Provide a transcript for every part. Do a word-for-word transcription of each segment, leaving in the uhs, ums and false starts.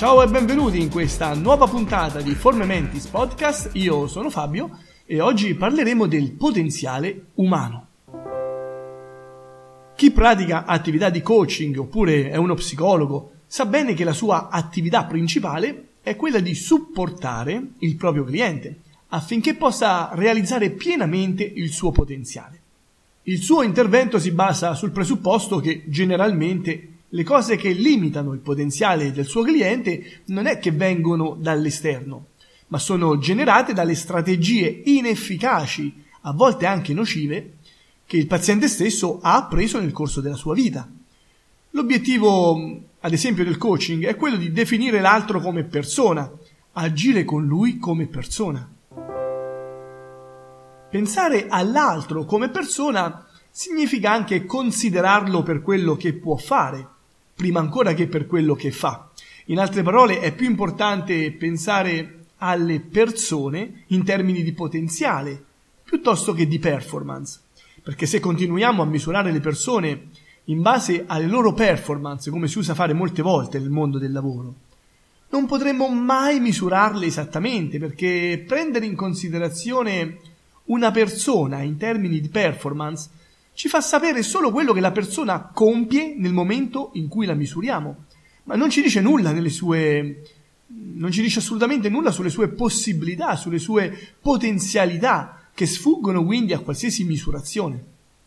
Ciao e benvenuti in questa nuova puntata di Forme Mentis Podcast. Io sono Fabio e oggi parleremo del potenziale umano. Chi pratica attività di coaching oppure è uno psicologo sa bene che la sua attività principale è quella di supportare il proprio cliente affinché possa realizzare pienamente il suo potenziale. Il suo intervento si basa sul presupposto che generalmente le cose che limitano il potenziale del suo cliente non è che vengono dall'esterno, ma sono generate dalle strategie inefficaci, a volte anche nocive, che il paziente stesso ha appreso nel corso della sua vita. L'obiettivo, ad esempio, del coaching è quello di definire l'altro come persona, agire con lui come persona. Pensare all'altro come persona significa anche considerarlo per quello che può fare, prima ancora che per quello che fa. In altre parole, è più importante pensare alle persone in termini di potenziale, piuttosto che di performance. Perché se continuiamo a misurare le persone in base alle loro performance, come si usa fare molte volte nel mondo del lavoro, non potremmo mai misurarle esattamente, perché prendere in considerazione una persona in termini di performance ci fa sapere solo quello che la persona compie nel momento in cui la misuriamo, ma non ci dice nulla nelle sue, non ci dice assolutamente nulla sulle sue possibilità, sulle sue potenzialità, che sfuggono quindi a qualsiasi misurazione.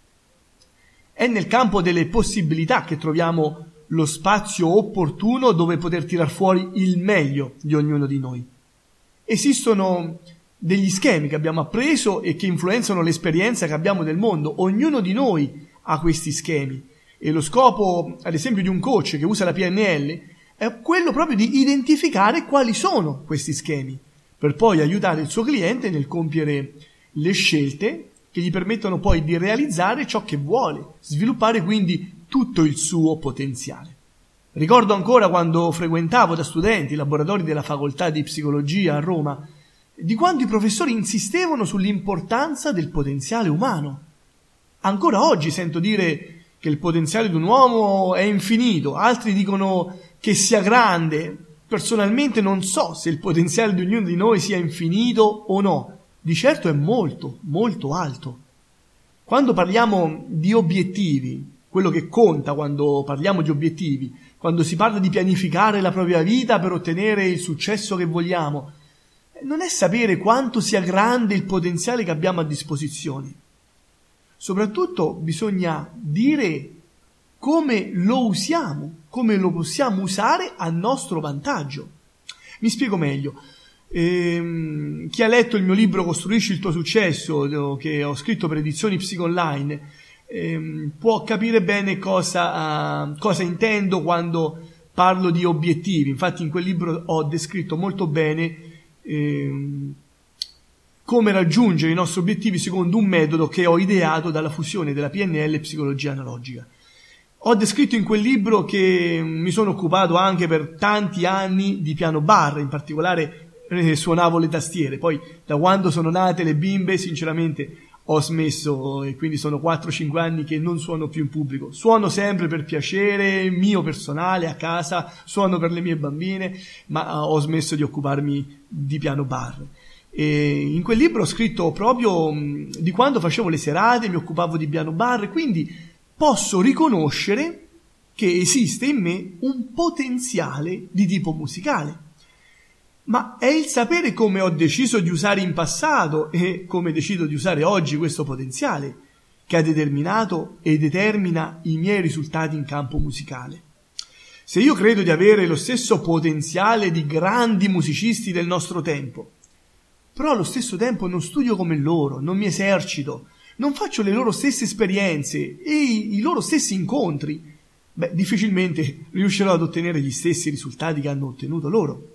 È nel campo delle possibilità che troviamo lo spazio opportuno dove poter tirar fuori il meglio di ognuno di noi. Esistono degli schemi che abbiamo appreso e che influenzano l'esperienza che abbiamo del mondo. Ognuno di noi ha questi schemi e lo scopo, ad esempio, di un coach che usa la P N L è quello proprio di identificare quali sono questi schemi per poi aiutare il suo cliente nel compiere le scelte che gli permettono poi di realizzare ciò che vuole, sviluppare quindi tutto il suo potenziale. Ricordo ancora quando frequentavo da studente i laboratori della facoltà di psicologia a Roma, di quando i professori insistevano sull'importanza del potenziale umano. Ancora oggi sento dire che il potenziale di un uomo è infinito, altri dicono che sia grande. Personalmente non so se il potenziale di ognuno di noi sia infinito o no, di certo è molto, molto alto. Quando parliamo di obiettivi, quello che conta quando parliamo di obiettivi, quando si parla di pianificare la propria vita per ottenere il successo che vogliamo, non è sapere quanto sia grande il potenziale che abbiamo a disposizione. Soprattutto bisogna dire come lo usiamo, come lo possiamo usare a nostro vantaggio. Mi spiego meglio. Ehm, chi ha letto il mio libro Costruisci il tuo successo, che ho scritto per Edizioni Psiconline, ehm, può capire bene cosa, uh, cosa intendo quando parlo di obiettivi. Infatti in quel libro ho descritto molto bene come raggiungere i nostri obiettivi secondo un metodo che ho ideato dalla fusione della P N L e psicologia analogica. Ho descritto in quel libro che mi sono occupato anche per tanti anni di piano bar, in particolare eh, suonavo le tastiere. Poi da quando sono nate le bimbe sinceramente ho smesso e quindi sono quattro cinque anni che non suono più in pubblico. Suono sempre per piacere mio personale a casa, suono per le mie bambine, ma ho smesso di occuparmi di piano bar. E in quel libro ho scritto proprio di quando facevo le serate, mi occupavo di piano bar, quindi posso riconoscere che esiste in me un potenziale di tipo musicale. Ma è il sapere come ho deciso di usare in passato e come decido di usare oggi questo potenziale che ha determinato e determina i miei risultati in campo musicale. Se io credo di avere lo stesso potenziale di grandi musicisti del nostro tempo, però allo stesso tempo non studio come loro, non mi esercito, non faccio le loro stesse esperienze e i loro stessi incontri, beh, difficilmente riuscirò ad ottenere gli stessi risultati che hanno ottenuto loro.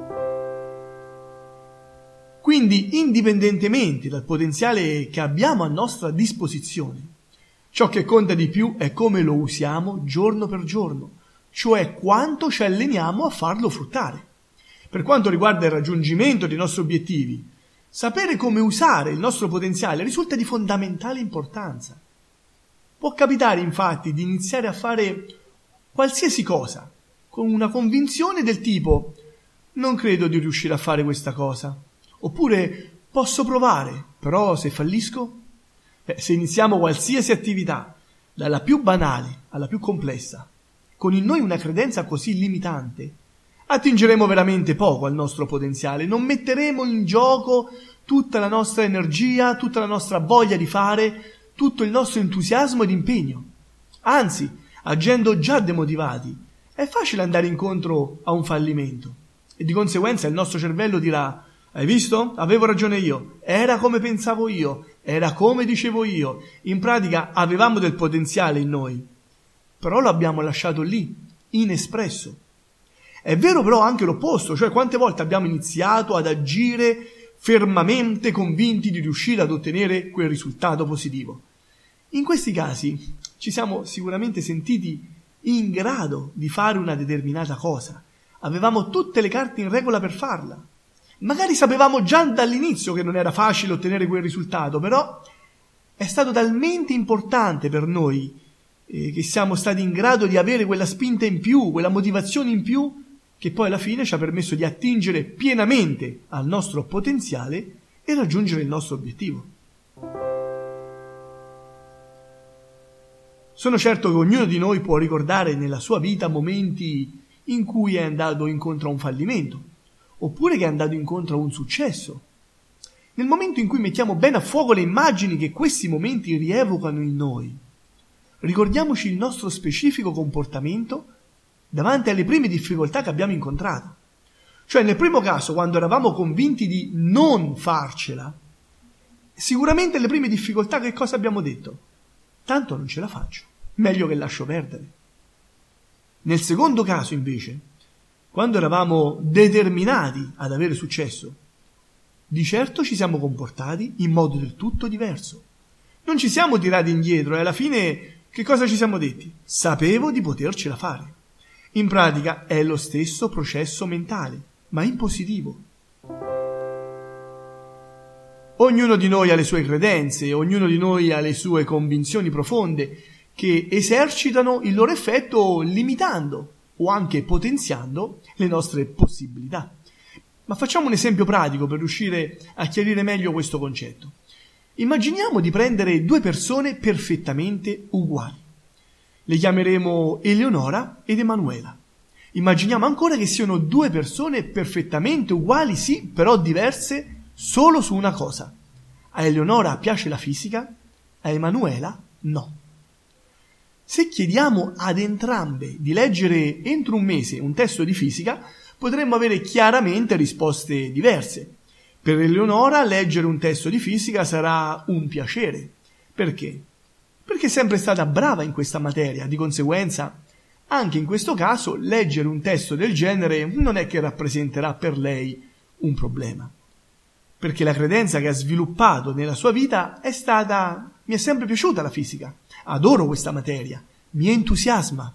Quindi, indipendentemente dal potenziale che abbiamo a nostra disposizione, ciò che conta di più è come lo usiamo giorno per giorno, cioè quanto ci alleniamo a farlo fruttare. Per quanto riguarda il raggiungimento dei nostri obiettivi, sapere come usare il nostro potenziale risulta di fondamentale importanza. Può capitare infatti di iniziare a fare qualsiasi cosa con una convinzione del tipo non credo di riuscire a fare questa cosa, oppure posso provare, però se fallisco? Beh, se iniziamo qualsiasi attività, dalla più banale alla più complessa, con in noi una credenza così limitante, attingeremo veramente poco al nostro potenziale, non metteremo in gioco tutta la nostra energia, tutta la nostra voglia di fare, tutto il nostro entusiasmo ed impegno. Anzi, agendo già demotivati, è facile andare incontro a un fallimento e di conseguenza il nostro cervello dirà: hai visto? Avevo ragione io, era come pensavo io, era come dicevo io, in pratica avevamo del potenziale in noi, però lo abbiamo lasciato lì, inespresso. È vero però anche l'opposto, cioè quante volte abbiamo iniziato ad agire fermamente convinti di riuscire ad ottenere quel risultato positivo. In questi casi ci siamo sicuramente sentiti in grado di fare una determinata cosa, avevamo tutte le carte in regola per farla. Magari sapevamo già dall'inizio che non era facile ottenere quel risultato, però è stato talmente importante per noi eh, che siamo stati in grado di avere quella spinta in più, quella motivazione in più, che poi alla fine ci ha permesso di attingere pienamente al nostro potenziale e raggiungere il nostro obiettivo. Sono certo che ognuno di noi può ricordare nella sua vita momenti in cui è andato incontro a un fallimento, oppure che è andato incontro a un successo. Nel momento in cui mettiamo bene a fuoco le immagini che questi momenti rievocano in noi, ricordiamoci il nostro specifico comportamento davanti alle prime difficoltà che abbiamo incontrato. Cioè, nel primo caso, quando eravamo convinti di non farcela, sicuramente le prime difficoltà che cosa abbiamo detto? Tanto non ce la faccio, meglio che lascio perdere. Nel secondo caso, invece, quando eravamo determinati ad avere successo, di certo ci siamo comportati in modo del tutto diverso. Non ci siamo tirati indietro e alla fine che cosa ci siamo detti? Sapevo di potercela fare. In pratica è lo stesso processo mentale, ma in positivo. Ognuno di noi ha le sue credenze, ognuno di noi ha le sue convinzioni profonde che esercitano il loro effetto limitando o anche potenziando le nostre possibilità. Ma facciamo un esempio pratico per riuscire a chiarire meglio questo concetto. Immaginiamo di prendere due persone perfettamente uguali. Le chiameremo Eleonora ed Emanuela. Immaginiamo ancora che siano due persone perfettamente uguali, sì, però diverse solo su una cosa. A Eleonora piace la fisica, a Emanuela no. Se chiediamo ad entrambe di leggere entro un mese un testo di fisica, potremmo avere chiaramente risposte diverse. Per Eleonora leggere un testo di fisica sarà un piacere. Perché? Perché è sempre stata brava in questa materia, di conseguenza, anche in questo caso, leggere un testo del genere non è che rappresenterà per lei un problema. Perché la credenza che ha sviluppato nella sua vita è stata: mi è sempre piaciuta la fisica, adoro questa materia, mi entusiasma.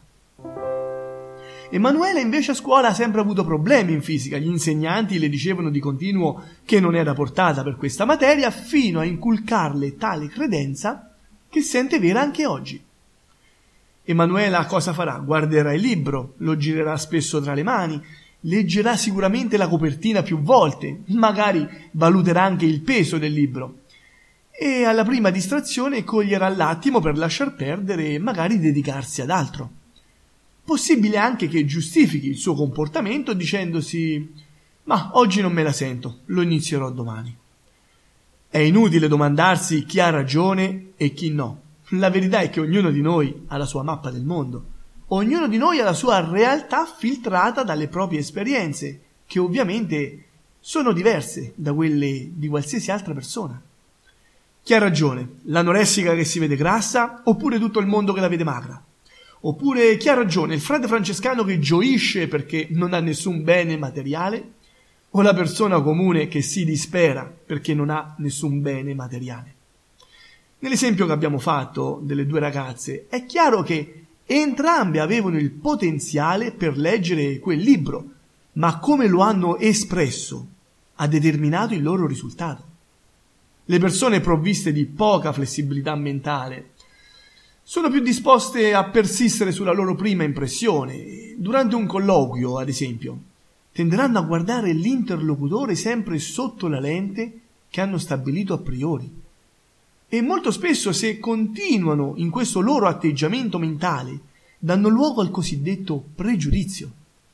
Emanuela invece a scuola ha sempre avuto problemi in fisica, gli insegnanti le dicevano di continuo che non era portata per questa materia, fino a inculcarle tale credenza che sente vera anche oggi. Emanuela cosa farà? Guarderà il libro, lo girerà spesso tra le mani, leggerà sicuramente la copertina più volte, magari valuterà anche il peso del libro e alla prima distrazione coglierà l'attimo per lasciar perdere e magari dedicarsi ad altro. Possibile anche che giustifichi il suo comportamento dicendosi: ma oggi non me la sento, lo inizierò domani. È inutile domandarsi chi ha ragione e chi no. La verità è che ognuno di noi ha la sua mappa del mondo. Ognuno di noi ha la sua realtà filtrata dalle proprie esperienze, che ovviamente sono diverse da quelle di qualsiasi altra persona. Chi ha ragione? L'anoressica che si vede grassa oppure tutto il mondo che la vede magra? Oppure chi ha ragione? Il frate francescano che gioisce perché non ha nessun bene materiale? O la persona comune che si dispera perché non ha nessun bene materiale? Nell'esempio che abbiamo fatto delle due ragazze è chiaro che entrambe avevano il potenziale per leggere quel libro, ma come lo hanno espresso ha determinato il loro risultato. Le persone provviste di poca flessibilità mentale sono più disposte a persistere sulla loro prima impressione, durante un colloquio, ad esempio, tenderanno a guardare l'interlocutore sempre sotto la lente che hanno stabilito a priori. E molto spesso, se continuano in questo loro atteggiamento mentale, danno luogo al cosiddetto pregiudizio.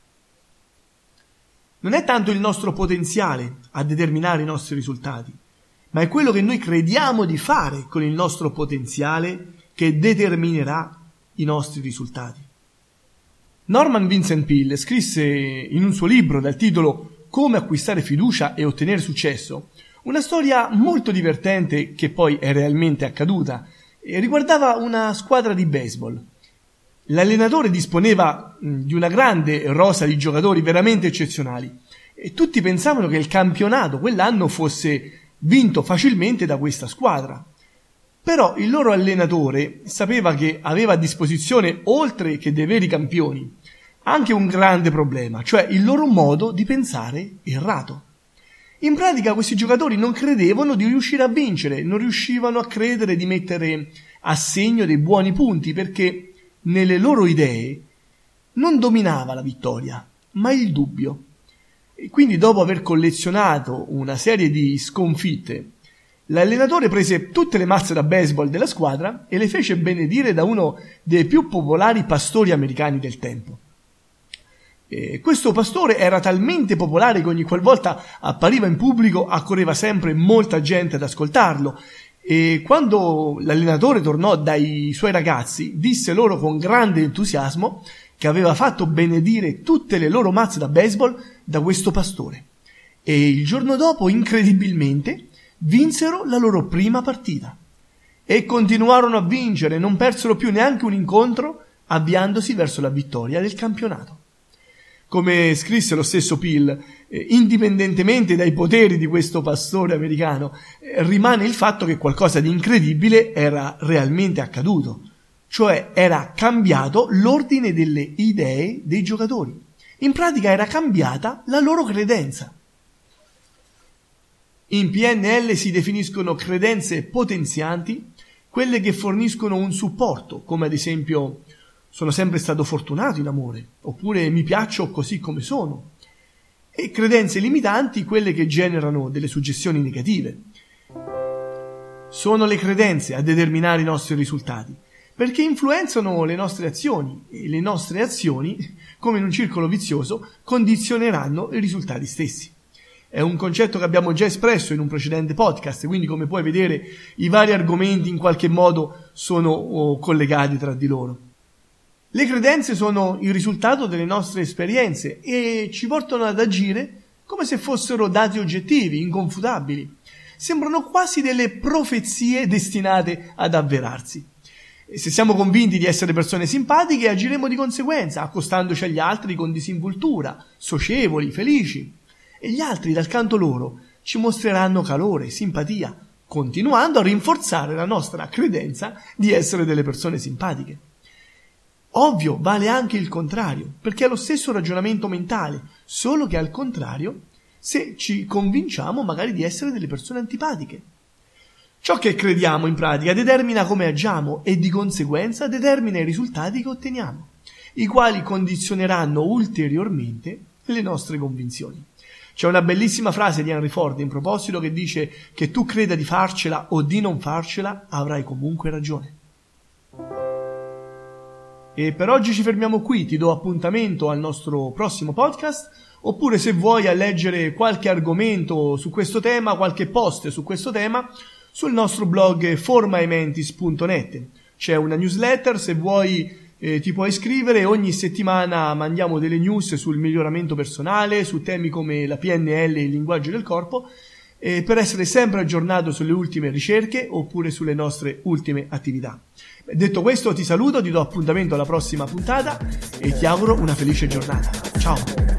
Non è tanto il nostro potenziale a determinare i nostri risultati, ma è quello che noi crediamo di fare con il nostro potenziale che determinerà i nostri risultati. Norman Vincent Peale scrisse in un suo libro dal titolo Come acquistare fiducia e ottenere successo una storia molto divertente che poi è realmente accaduta e riguardava una squadra di baseball. L'allenatore disponeva di una grande rosa di giocatori veramente eccezionali e tutti pensavano che il campionato quell'anno fosse vinto facilmente da questa squadra. Però il loro allenatore sapeva che aveva a disposizione, oltre che dei veri campioni, anche un grande problema, cioè il loro modo di pensare errato. In pratica questi giocatori non credevano di riuscire a vincere, non riuscivano a credere di mettere a segno dei buoni punti, perché nelle loro idee non dominava la vittoria, ma il dubbio. E quindi, dopo aver collezionato una serie di sconfitte, l'allenatore prese tutte le mazze da baseball della squadra e le fece benedire da uno dei più popolari pastori americani del tempo. E questo pastore era talmente popolare che ogni qualvolta appariva in pubblico accorreva sempre molta gente ad ascoltarlo, e quando l'allenatore tornò dai suoi ragazzi disse loro con grande entusiasmo che aveva fatto benedire tutte le loro mazze da baseball da questo pastore, e il giorno dopo, incredibilmente, vinsero la loro prima partita e continuarono a vincere, non persero più neanche un incontro, avviandosi verso la vittoria del campionato. Come scrisse lo stesso Peale, eh, indipendentemente dai poteri di questo pastore americano, eh, rimane il fatto che qualcosa di incredibile era realmente accaduto, cioè era cambiato l'ordine delle idee dei giocatori. In pratica era cambiata la loro credenza. In P N L si definiscono credenze potenzianti quelle che forniscono un supporto, come ad esempio sono sempre stato fortunato in amore, oppure mi piaccio così come sono, e credenze limitanti quelle che generano delle suggestioni negative. Sono le credenze a determinare i nostri risultati, perché influenzano le nostre azioni, e le nostre azioni, come in un circolo vizioso, condizioneranno i risultati stessi. È un concetto che abbiamo già espresso in un precedente podcast, quindi come puoi vedere i vari argomenti in qualche modo sono oh, collegati tra di loro. Le credenze sono il risultato delle nostre esperienze e ci portano ad agire come se fossero dati oggettivi, inconfutabili. Sembrano quasi delle profezie destinate ad avverarsi. E se siamo convinti di essere persone simpatiche, agiremo di conseguenza, accostandoci agli altri con disinvoltura, socievoli, felici. E gli altri, dal canto loro, ci mostreranno calore, simpatia, continuando a rinforzare la nostra credenza di essere delle persone simpatiche. Ovvio, vale anche il contrario, perché è lo stesso ragionamento mentale, solo che al contrario, se ci convinciamo magari di essere delle persone antipatiche. Ciò che crediamo in pratica determina come agiamo e di conseguenza determina i risultati che otteniamo, i quali condizioneranno ulteriormente le nostre convinzioni. C'è una bellissima frase di Henry Ford in proposito che dice che tu creda di farcela o di non farcela, avrai comunque ragione. E per oggi ci fermiamo qui, ti do appuntamento al nostro prossimo podcast, oppure se vuoi a leggere qualche argomento su questo tema, qualche post su questo tema, sul nostro blog formaimentis punto net. C'è una newsletter, se vuoi eh, ti puoi iscrivere, ogni settimana mandiamo delle news sul miglioramento personale, su temi come la P N L e il linguaggio del corpo, eh, per essere sempre aggiornato sulle ultime ricerche oppure sulle nostre ultime attività. Detto questo, ti saluto, ti do appuntamento alla prossima puntata e ti auguro una felice giornata. Ciao!